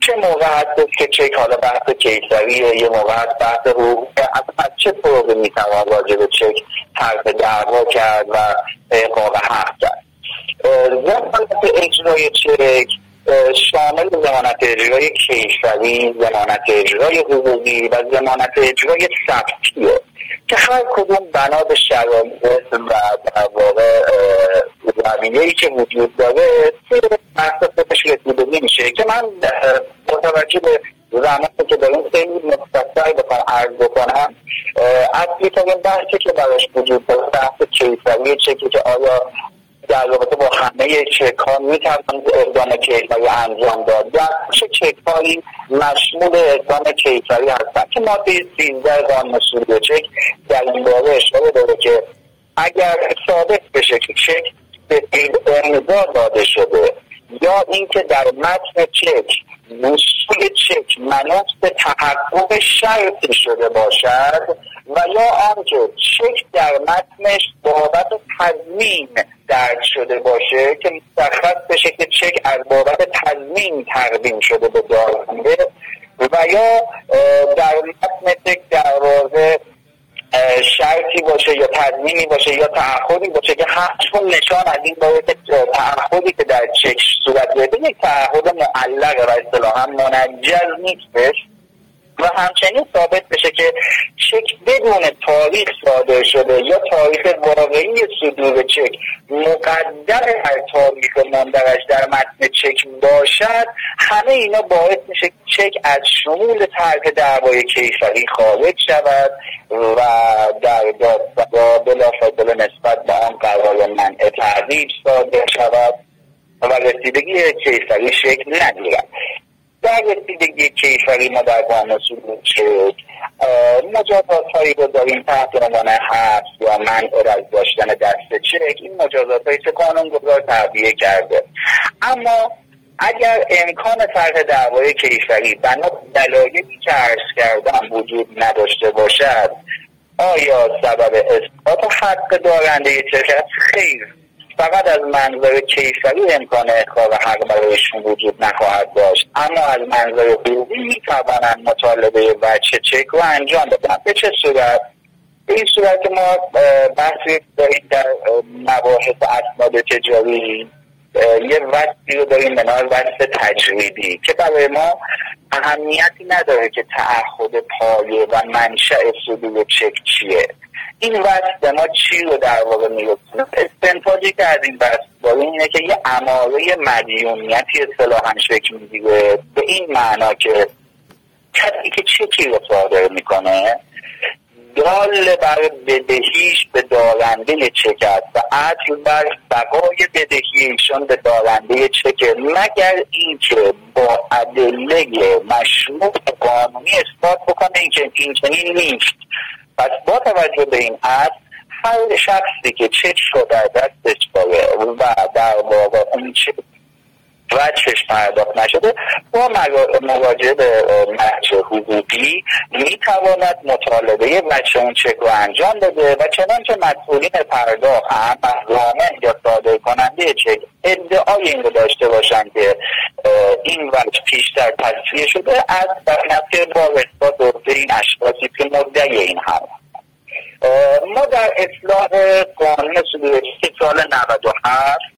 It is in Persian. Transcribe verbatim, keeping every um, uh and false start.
چه موقع هست که چک حالا بحث کیسریه، یه موقع هست بحث حقوق، از چه طور میتوان راجع به چک طرح دعوا کرد و احقاق حق کرد. ضمانت اجرای چک شامل ضمانت اجرای کیفری، ضمانت اجرای حقوقی و ضمانت اجرای ثبتیه که هر کدوم بنا به شرایط و در واقع زمینه‌ای که وجود داره بحث خودش رسیدگی میشه که من با توجه به زمانی که داریم خیلی مختصر بخوام عرض بکنم. اصلی ترین بحثی که براش وجود داره بحث کیفری چکی که آیا در رابطه با همه چک ها میتوانید اقدام کیفری انجام داد یا چه چک هایی مشمول اقدام کیفری هستند که ماده سیزده قانون اصول چک در این باره اشاره داره که اگر ثابت بشه که چک به امضا داده شده یا اینکه در متن چک وصول چک منوط به تحقق شرطی شده باشد و یا آنکه چک در متنش بابت تضمین درج شده باشه که مشخص بشه که چک از بابت تضمین تقدیم شده به دارنده و یا در متن چک در واقع شرطی باشه یا تضمینی باشه یا تعهدی باشه که همچون نشان از این باید تعهدی که در چک صورت گرفته یک تعهد معلق و اصطلاحا منجز نیستش و همچنین ثابت بشه که چک بدون تاریخ صادر شده یا تاریخ واقعی صدور چک مقدر هر تاریخ مندرج در متن چک باشد، همه اینا باعث میشه چک از شمول طرح دعوای کیفری خارج شود و در دادسرا بلافاصله نسبت به آن قرار منع تعویض صادر شود و رسیدگی کیفری شکل نگیرد. در رسیدگی کیفری ما در قانون اصول چک مجازات هایی رو داریم تحت عنوان حبس یا منع از داشتن دست چک. این مجازات هایی که قانونگذار تعبیه کرده، اما اگر امکان طرح دعوای کیفری بنا به دلایلی که عرض کردم وجود نداشته باشد، آیا سبب اثبات حق دارنده چک است؟ خیر، فقط از منظر کیفری امکان احقاق حق برایشون وجود نخواهد داشت، اما از منظر حقوقی میتوانند مطالبه وجه چک رو انجام بدن. به چه صورت؟ به این صورت که ما بحثی داریم در مباحث اسناد تجاری یه وصفی رو داریم به نام وصف تجریدی که برای ما اهمیتی نداره که تعهد پایه و منشأ صدور چک چیه. این وصف به ما چی رو در واقع میرسونه؟ استنتاجی که از این وصف داره اینه که یه اماره مدیونیتی اصطلاحاً شکل میگیره به این معنا که کسی که چکی رو صادر میکنه دال بر بدهیش به دارنده چک است و اصل بر بقای بدهی ایشان به دارنده چک، مگر اینکه با ادله مشروط قانونی اثبات بکنه اینکه این چنین نیست. پس با توجه به این اصل هر شخصی که چک رو در دستش داره و در واقع اون چک وجهش پرداخت نشده با مراجعه به مرجع حقوقی میتواند مطالبه وجه اون چک رو انجام بده و چنانچه مسئولین پرداخت هم ضامن یا صادر کننده چک ادعای این رو داشته باشند که این وجه پیشتر تصفیه شده از برنفع با اثبات عهده این اشخاصی که مدعی این هم. ما در اصلاح قانون صدور چک سال نود و هفت